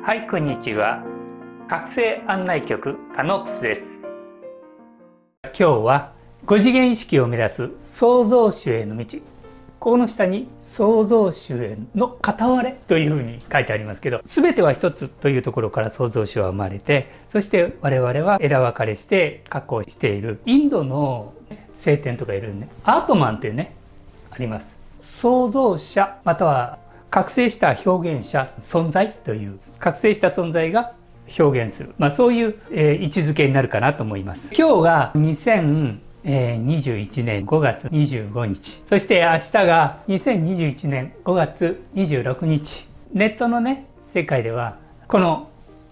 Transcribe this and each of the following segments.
はい、こんにちは。覚醒案内局カノプスです。今日は5次元意識を目指す創造主への道。この下に創造主への片割れというふうに書いてありますけど、全ては一つというところから創造主は生まれて、そして我々は枝分かれして加工しているインドの聖典とかいるね、アートマンというねあります。創造者または覚醒した表現者存在という覚醒した存在が表現する、そういう、位置づけになるかなと思います。今日が2021年5月25日、そして明日が2021年5月26日。ネットのね世界ではこの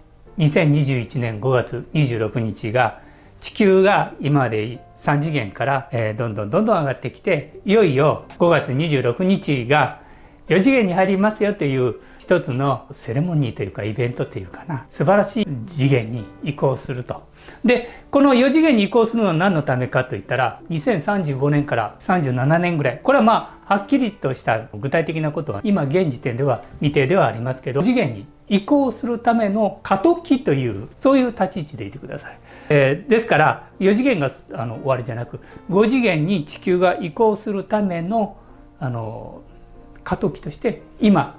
2021年5月26日が地球が今まで3次元から、どんどん上がってきて、いよいよ5月26日が4次元に入りますよという一つのセレモニーというかイベントというかな、素晴らしい次元に移行すると。で、この4次元に移行するのは何のためかといったら、2035年から37年ぐらい、これははっきりとした具体的なことは今現時点では未定ではありますけど、4次元に移行するための過渡期というそういう立ち位置でいてください。ですから4次元が終わりじゃなく、5次元に地球が移行するための過渡期として今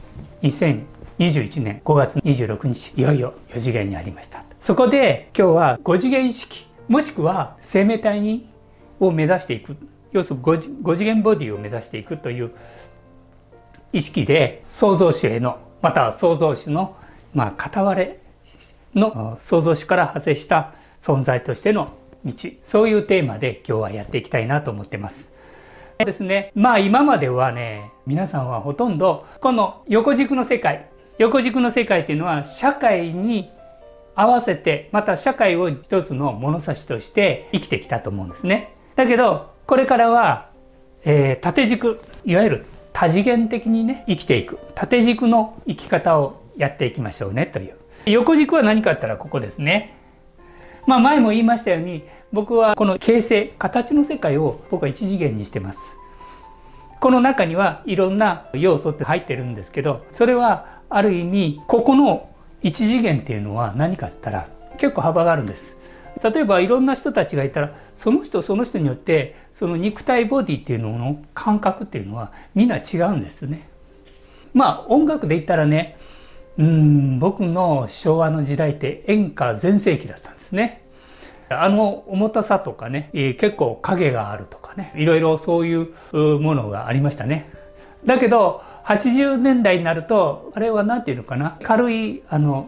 2021年5月26日いよいよ4次元にありました。そこで今日は5次元意識もしくは生命体を目指していく、要するに 5次元ボディを目指していくという意識で創造主へのまたは創造主の片割れの創造主から派生した存在としての道、そういうテーマで今日はやっていきたいなと思ってます。ですね、今まではね、皆さんはほとんどこの横軸の世界というのは社会に合わせて、また社会を一つの物差しとして生きてきたと思うんですね。だけどこれからは、縦軸、いわゆる多次元的にね生きていく縦軸の生き方をやっていきましょうねという。横軸は何かって言ったらここですね。前も言いましたように、僕はこの形成、形の世界を僕は一次元にしてます。この中にはいろんな要素って入ってるんですけど、それはある意味ここの一次元っていうのは何かって言ったら結構幅があるんです。例えばいろんな人たちがいたら、その人によってその肉体ボディっていうのの感覚っていうのはみんな違うんですね。音楽で言ったらね、僕の昭和の時代って演歌全盛期だったんですね。重たさとかね、結構影があるとかね、いろいろそういうものがありましたね。だけど80年代になると、あれはなんていうのかな、軽い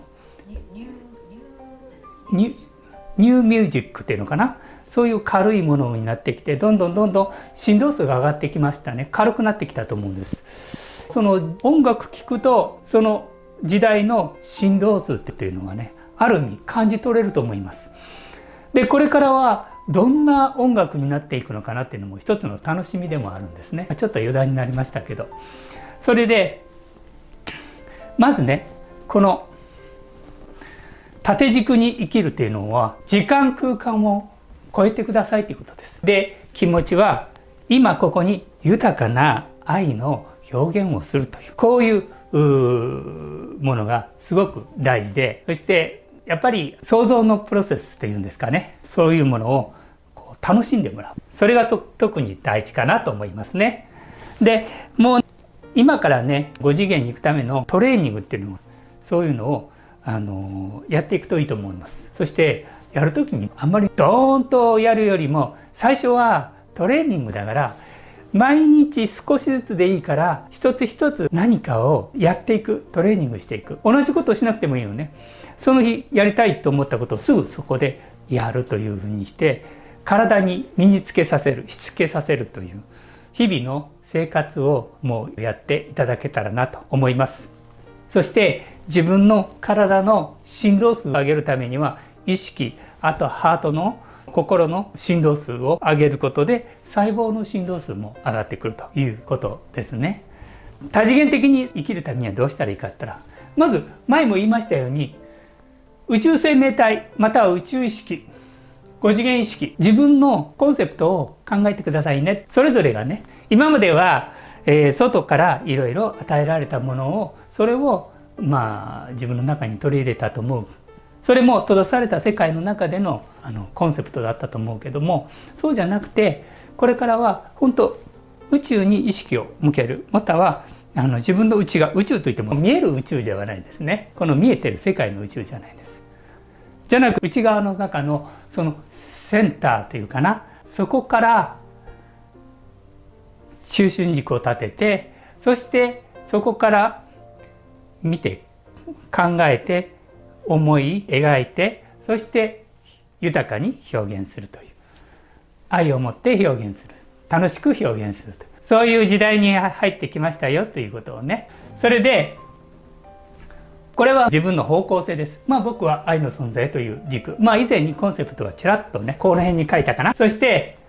ニューミュージックっていうのかな、そういう軽いものになってきて、どんどん振動数が上がってきましたね。軽くなってきたと思うんです。その音楽聴くとその時代の振動数っていうのがね、ある意味感じ取れると思います。で、これからはどんな音楽になっていくのかなっていうのも一つの楽しみでもあるんですね。ちょっと余談になりましたけど、それでまずね、この縦軸に生きるっていうのは時間空間を超えてくださいということです。で、気持ちは今ここに豊かな愛の表現をするという、こういうものがすごく大事で、そしてやっぱり想像のプロセスっていうんですかね、そういうものを楽しんでもらう、それが特に大事かなと思いますね。で、もう今からね5次元に行くためのトレーニングっていうのも、そういうのをやっていくといいと思います。そしてやるときにあんまりドーンとやるよりも、最初はトレーニングだから毎日少しずつでいいから一つ一つ何かをやっていく、トレーニングしていく。同じことをしなくてもいいよね。その日やりたいと思ったことをすぐそこでやるというふうにして、体に身につけさせる、しつけさせるという日々の生活をもうやっていただけたらなと思います。そして自分の体の振動数を上げるためには、意識、あとハートの心の振動数を上げることで細胞の振動数も上がってくるということですね。多次元的に生きるためにはどうしたらいいかって言ったら、まず前も言いましたように、宇宙生命体または宇宙意識、5次元意識、自分のコンセプトを考えてくださいね。それぞれがね、今までは、外からいろいろ与えられたものを、それを自分の中に取り入れたと思う。それも閉ざされた世界の中でのコンセプトだったと思うけども、そうじゃなくてこれからは本当宇宙に意識を向ける、または自分の内側、宇宙といっても見える宇宙ではないですね。この見えてる世界の宇宙じゃないです。じゃなく内側の中のそのセンターというかな、そこから中心軸を立てて、そしてそこから見て考えて思い描いて、そして豊かに表現するという、愛を持って表現する、楽しく表現するという、そういう時代に入ってきましたよということをね。それでこれは自分の方向性です。僕は愛の存在という軸、以前にコンセプトはちらっとねこの辺に書いたかな。そして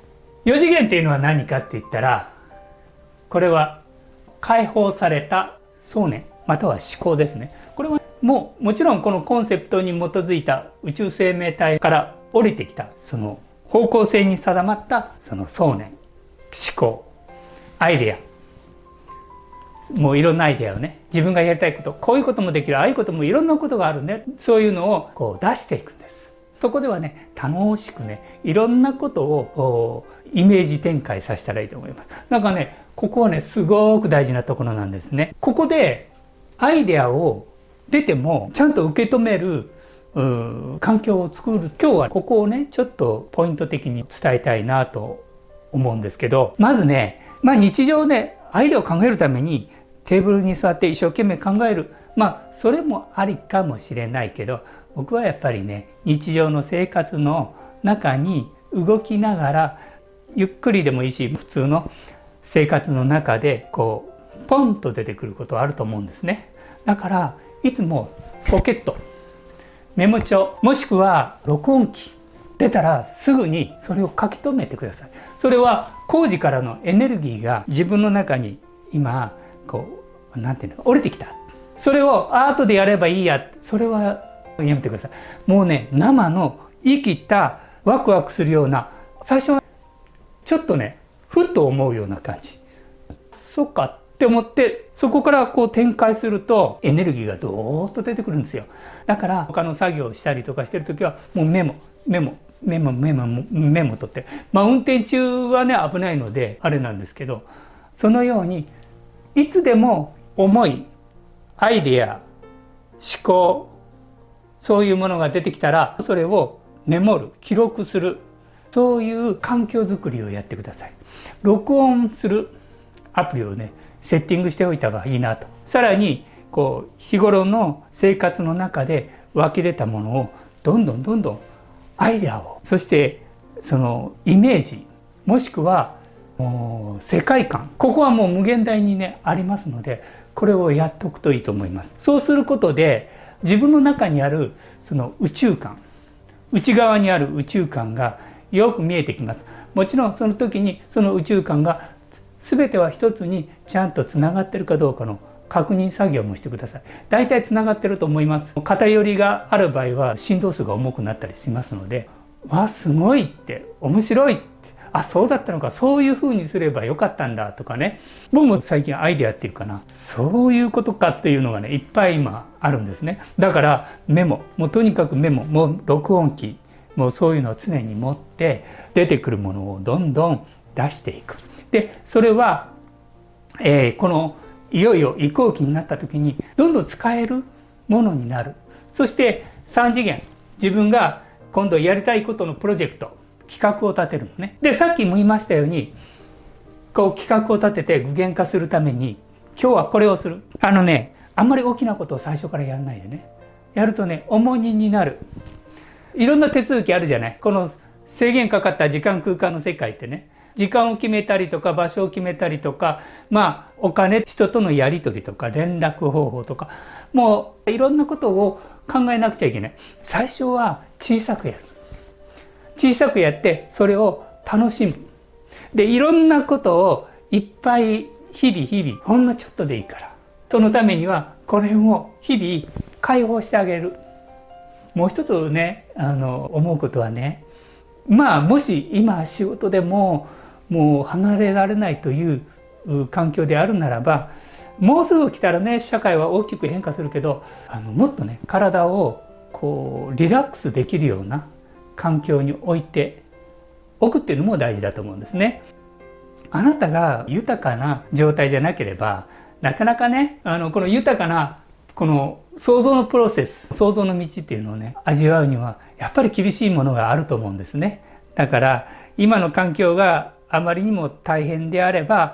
4次元っていうのは何かって言ったら、これは解放された想念または思考ですね。これはもちろんこのコンセプトに基づいた宇宙生命体から降りてきたその方向性に定まったその想念、思考、アイデア、もういろんなアイデアをね、自分がやりたいこと、こういうこともできる、ああいうこともいろんなことがあるね、そういうのをこう出していくんです。そこではね、楽しくね、いろんなことをイメージ展開させたらいいと思います。なんかね、ここはねすごく大事なところなんですね。ここでアイデアを出てもちゃんと受け止める環境を作る。今日はここをねちょっとポイント的に伝えたいなと思うんですけど、まずね、日常ねアイデアを考えるためにテーブルに座って一生懸命考える、それもありかもしれないけど、僕はやっぱりね日常の生活の中に動きながらゆっくりでもいいし、普通の生活の中でこうポンと出てくることはあると思うんですね。だからいつもポケット、メモ帳、もしくは録音機出たらすぐにそれを書き留めてください。それは工事からのエネルギーが自分の中に今こうなんていうの降りてきた。それを後でやればいいや、それはやめてください。もうね、生の生きたワクワクするような、最初はちょっとねふっと思うような感じ、そっかって思ってそこからこう展開するとエネルギーがドーッと出てくるんですよ。だから他の作業をしたりとかしてる時はもうメモ取って、運転中はね危ないのであれなんですけど、そのようにいつでも思い、アイデア、思考、そういうものが出てきたらそれをメモる、記録する、そういう環境づくりをやってください。録音するアプリをねセッティングしておいた方がいいなと。さらにこう日頃の生活の中で湧き出たものをどんどんアイデアを、そしてそのイメージ、もしくは世界観、ここはもう無限大にねありますので、これをやっておくといいと思います。そうすることで自分の中にあるその宇宙観、内側にある宇宙観がよく見えてきます。もちろんその時にその宇宙観が全ては一つにちゃんとつながってるかどうかの確認作業もしてください。大体つながってると思います。偏りがある場合は振動数が重くなったりしますので、すごいって、面白いって、そうだったのか、そういう風にすればよかったんだとかね、僕も最近アイデアっていうかな、そういうことかっていうのがねいっぱい今あるんですね。だからメモ、もうとにかくメモ、もう録音機、もうそういうのを常に持って出てくるものをどんどん出していく。でそれは、このいよいよ移行期になった時にどんどん使えるものになる。そして3次元、自分が今度やりたいことのプロジェクト、企画を立てるのね。でさっきも言いましたように、こう企画を立てて具現化するために今日はこれをする。あんまり大きなことを最初からやらないでね、やるとね重荷になる。いろんな手続きあるじゃない。この制限かかった時間空間の世界ってね、時間を決めたりとか場所を決めたりとか、お金、人とのやり取りとか連絡方法とか、もういろんなことを考えなくちゃいけない。最初は小さくやる。小さくやってそれを楽しむ。でいろんなことをいっぱい日々ほんのちょっとでいいから、そのためにはこれを日々解放してあげる。もう一つね思うことはね、もし今仕事でもう離れられないという環境であるならば、 もうすぐ来たらね社会は大きく変化するけど、もっとね体をこうリラックスできるような環境に置いておくっていうのも大事だと思うんですね。あなたが豊かな状態でなければなかなかねこの豊かなこの創造のプロセス、創造の道っていうのをね味わうにはやっぱり厳しいものがあると思うんですね。だから今の環境があまりにも大変であれば、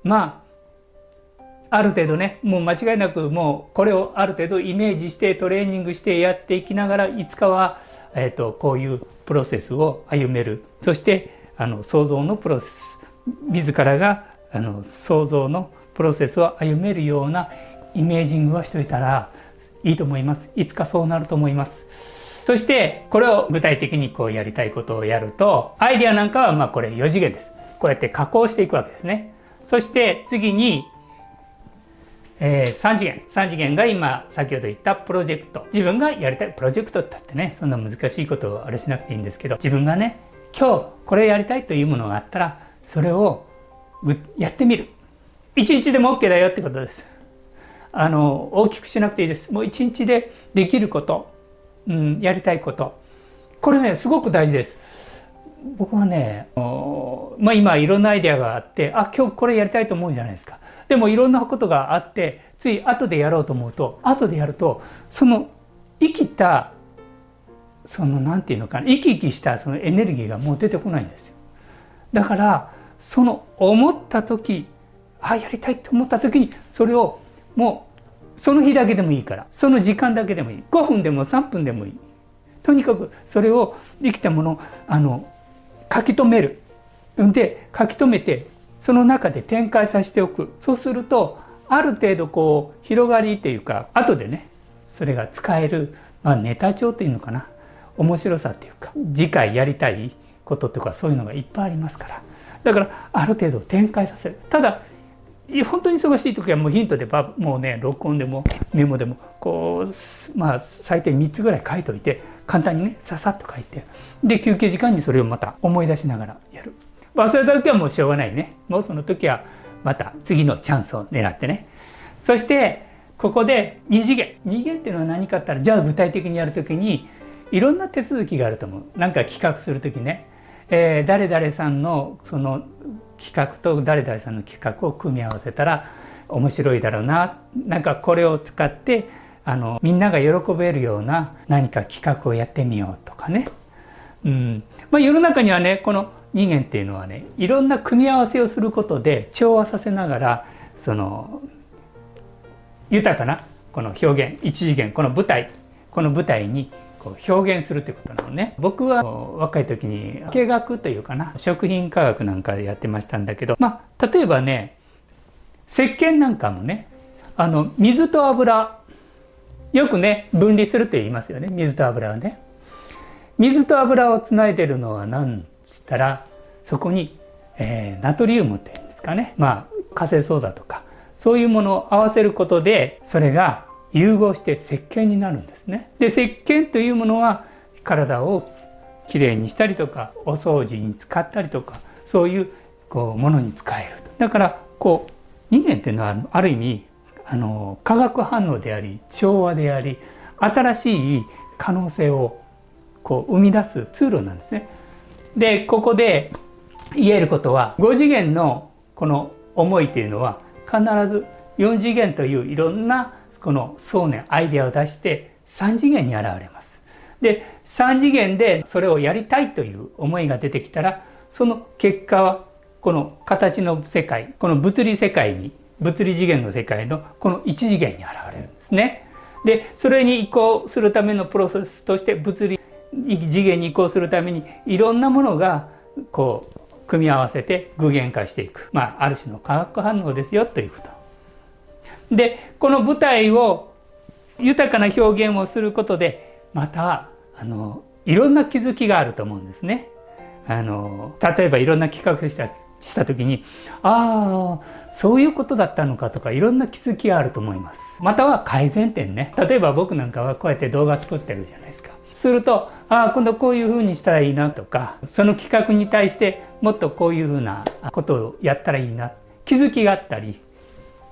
ある程度ねもう間違いなくもうこれをある程度イメージしてトレーニングしてやっていきながら、いつかは、こういうプロセスを歩める。そして創造のプロセス、自らが創造のプロセスを歩めるようなイメージングはしておいたらいいと思います。いつかそうなると思います。そしてこれを具体的にこうやりたいことをやると、アイデアなんかはこれ4次元です。こうやって加工していくわけですね。そして次に、3次元が今先ほど言ったプロジェクト。自分がやりたいプロジェクトってねそんな難しいことをあれしなくていいんですけど、自分がね今日これやりたいというものがあったらそれをやってみる。1日でも OK だよってことです。大きくしなくていいです。もう1日でできること、やりたいこと、これねすごく大事です。僕はね今いろんなアイデアがあって、今日これやりたいと思うじゃないですか。でもいろんなことがあってつい後でやろうと思うと、後でやるとその生きたなんていうのかな、生き生きしたそのエネルギーがもう出てこないんですよ。だからその思った時、やりたいと思った時にそれをもうその日だけでもいいから、その時間だけでもいい、5分でも3分でもいい、とにかくそれを生きたもの書き留める。で書き留めてその中で展開させておく。そうするとある程度こう広がりというか、後でねそれが使える、ネタ帳というのかな、面白さっていうか、次回やりたいこととかそういうのがいっぱいありますから、だからある程度展開させる。ただ本当に忙しい時はもうヒントでもうね録音でもメモでもこう最低3つぐらい書いといて、簡単にねささっと書いて、で休憩時間にそれをまた思い出しながらやる。忘れた時はもうしょうがないね。もうその時はまた次のチャンスを狙ってね。そしてここで2次元っていうのは何かって言ったら、じゃあ具体的にやる時にいろんな手続きがあると思う。なんか企画する時ね、誰々さんのその企画と誰々さんの企画を組み合わせたら面白いだろうな、なんかこれを使ってみんなが喜べるような何か企画をやってみようとかね。世の中にはねこの人間っていうのはねいろんな組み合わせをすることで調和させながらその豊かなこの表現、一次元この舞台にこう表現するということなのね。僕は若い時に化学というかな、食品科学なんかでやってましたんだけど、例えばね石鹸なんかもね水と油よくね分離すると言いますよね。水と油はね、水と油をつないでるのは何つったら、そこに、ナトリウムっていうんですかね、活性ソーダとかそういうものを合わせることでそれが融合して石鹸になるんですね。で石鹸というものは体をきれいにしたりとかお掃除に使ったりとか、そういうものに使えると。だから人間っていうのはある意味化学反応であり調和であり、新しい可能性を生み出すツールなんですね。でここで言えることは、5次元のこの思いというのは必ず4次元といういろんなこの想念アイデアを出して3次元に現れます。で3次元でそれをやりたいという思いが出てきたら、その結果はこの形の世界、この物理世界に、物理次元の世界のこの1次元に現れるんですね。でそれに移行するためのプロセスとして、物理次元に移行するためにいろんなものが組み合わせて具現化していく、ある種の化学反応ですよということで、この舞台を豊かな表現をすることでまたいろんな気づきがあると思うんですね。例えばいろんな企画した時にそういうことだったのかとか、いろんな気づきがあると思います。または改善点ね。例えば僕なんかはこうやって動画作ってるじゃないですか。すると今度こういうふうにしたらいいなとか、その企画に対してもっとこういうふうなことをやったらいいな、気づきがあったり、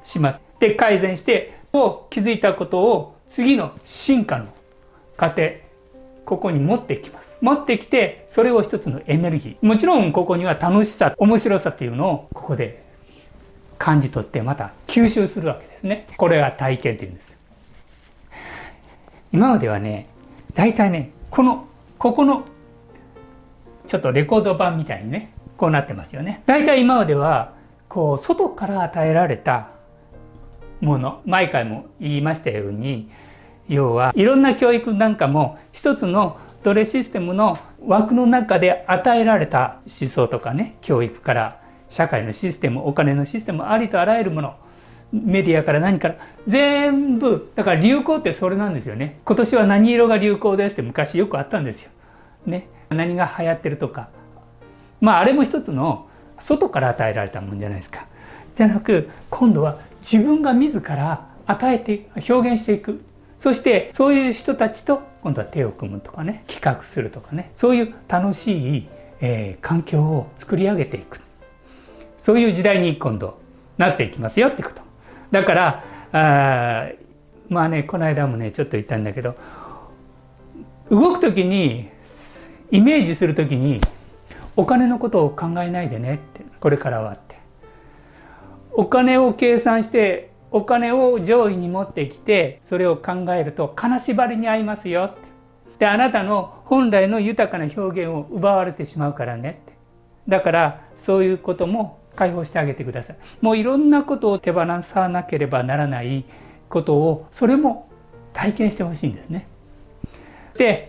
します。で、改善して気づいたことを次の進化の過程、ここに持ってきます。持ってきて、それを一つのエネルギー。もちろんここには楽しさ、面白さっていうのをここで感じ取ってまた吸収するわけですね。これが体験っていうんです。今まではね、大体ね、ここのちょっとレコード版みたいにね、こうなってますよね。大体今まではこう外から与えられたもの、毎回も言いましたように、要はいろんな教育なんかも一つの奴隷システムの枠の中で与えられた思想とかね、教育から社会のシステム、お金のシステム、ありとあらゆるもの、メディアから何から全部、だから流行ってそれなんですよね。今年は何色が流行ですって昔よくあったんですよ。ね、何が流行ってるとか、あれも一つの外から与えられたもんじゃないですか。じゃなく、今度は自分が自ら与えて表現していく。そしてそういう人たちと今度は手を組むとかね、企画するとかね、そういう楽しい、環境を作り上げていく。そういう時代に今度なっていきますよってこと。だからこの間もねちょっと言ったんだけど、動くときにイメージするときにお金のことを考えないでねって、これからはって、お金を計算してお金を上位に持ってきて、それを考えると金縛りに遭いますよって、であなたの本来の豊かな表現を奪われてしまうからねって、だからそういうことも解放してあげてください。もういろんなことを手放さなければならないことを、それも体験してほしいんですね。で、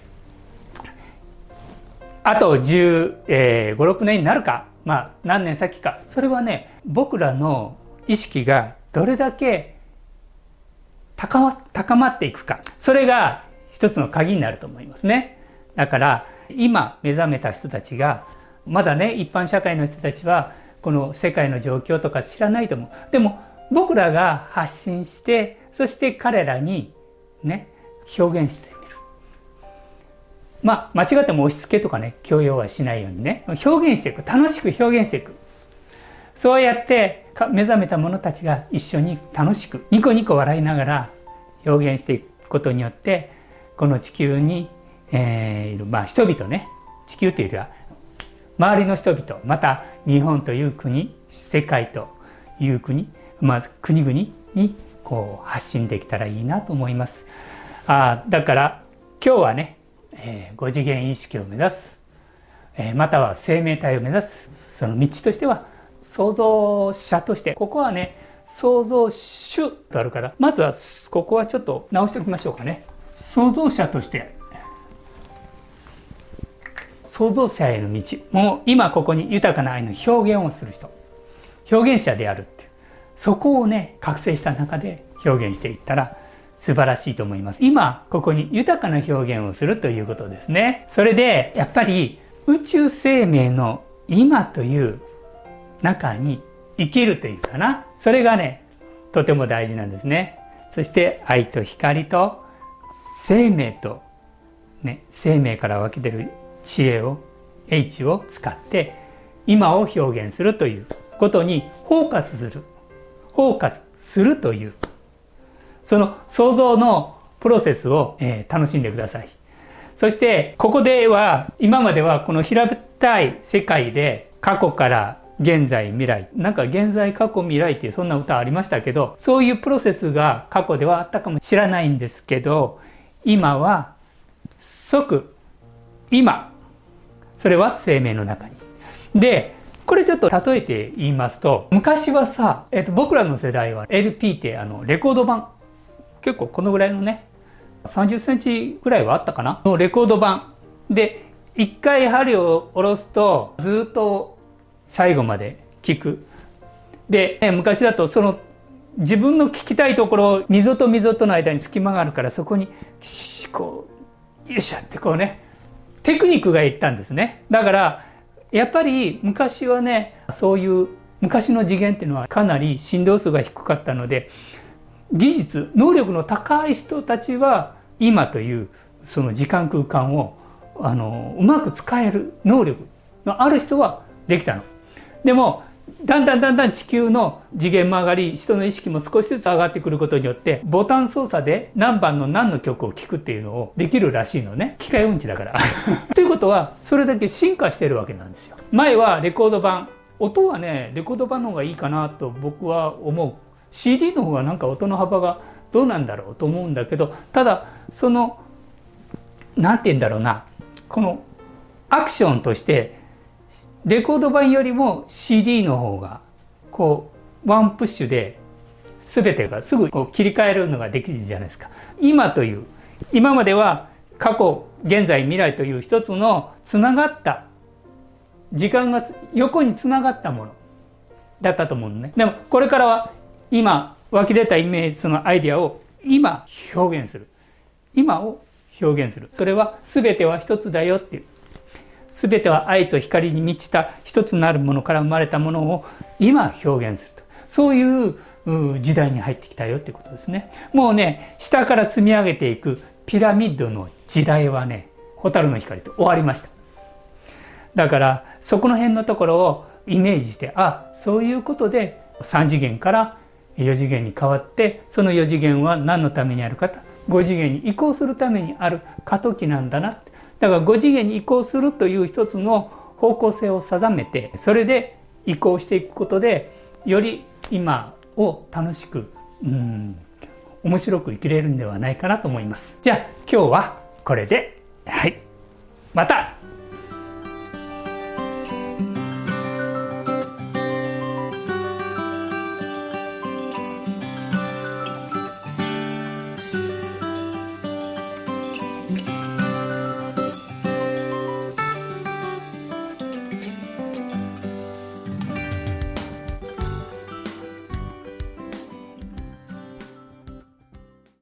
あと15、16年になるか、何年先か、それはね、僕らの意識がどれだけ高まっていくか、それが一つの鍵になると思いますね。だから今目覚めた人たちが、まだね、一般社会の人たちはこの世界の状況とか知らないと思う。でも僕らが発信して、そして彼らにね、表現してみる。間違っても押し付けとかね、強要はしないようにね、表現していく。楽しく表現していく。そうやって目覚めた者たちが一緒に楽しくニコニコ笑いながら表現していくことによって、この地球に、いる人々ね、地球というよりは周りの人々、また日本という国、世界という国、国々にこう発信できたらいいなと思います。だから今日はね、5次元意識を目指す、または生命体を目指す、その道としては創造者として、ここはね、創造主とあるから、まずはここはちょっと直しておきましょうかね。創造者として、創造者への道、もう今ここに豊かな愛の表現をする人、表現者であるって、そこをね、覚醒した中で表現していったら素晴らしいと思います。今ここに豊かな表現をするということですね。それでやっぱり宇宙生命の今という中に生きるというかな、それがね、とても大事なんですね。そして愛と光と生命とね、生命から分けてる知恵を H を使って今を表現するということにフォーカスするという、その創造のプロセスを、楽しんでください。そしてここでは、今まではこの平たい世界で過去から現在未来、なんか現在過去未来っていうそんな歌ありましたけど、そういうプロセスが過去ではあったかもしれないんですけど、今は即今、それは生命の中に。で、これちょっと例えて言いますと、昔はさ、僕らの世代は LP ってレコード盤、結構このぐらいのね、30センチぐらいはあったかなのレコード盤で、一回針を下ろすとずっと最後まで聞く。で、昔だとその自分の聞きたいところ、溝と溝との間に隙間があるから、そこにこうよいしょってこうね、テクニックがいったんですね。だからやっぱり昔はね、そういう昔の次元っていうのはかなり振動数が低かったので、技術能力の高い人たちは今というその時間空間をうまく使える能力のある人はできたの。でもだんだん地球の次元も上がり、人の意識も少しずつ上がってくることによって、ボタン操作で何番の何の曲を聴くっていうのをできるらしいのね。機械音痴だから。ということは、それだけ進化してるわけなんですよ。前はレコード盤。音はね、レコード盤の方がいいかなと僕は思う。CD の方がなんか音の幅がどうなんだろうと思うんだけど、ただ、なんて言うんだろうな。このアクションとして、レコード盤よりも CD の方がこうワンプッシュで全てがすぐこう切り替えるのができるじゃないですか。今までは過去現在未来という一つのつながった時間が横につながったものだったと思うのね。でもこれからは今湧き出たイメージ、そのアイデアを今表現する、今を表現する。それは全ては一つだよっていう、全ては愛と光に満ちた一つなるものから生まれたものを今表現すると、そういう時代に入ってきたよっていうことですね。もうね、下から積み上げていくピラミッドの時代はね、蛍の光と終わりました。だからそこの辺のところをイメージして、そういうことで3次元から4次元に変わって、その4次元は何のためにあるかと、5次元に移行するためにある過渡期なんだな。だから5次元に移行するという一つの方向性を定めて、それで移行していくことで、より今を楽しく、面白く生きれるんではないかなと思います。じゃあ今日はこれで、はい、また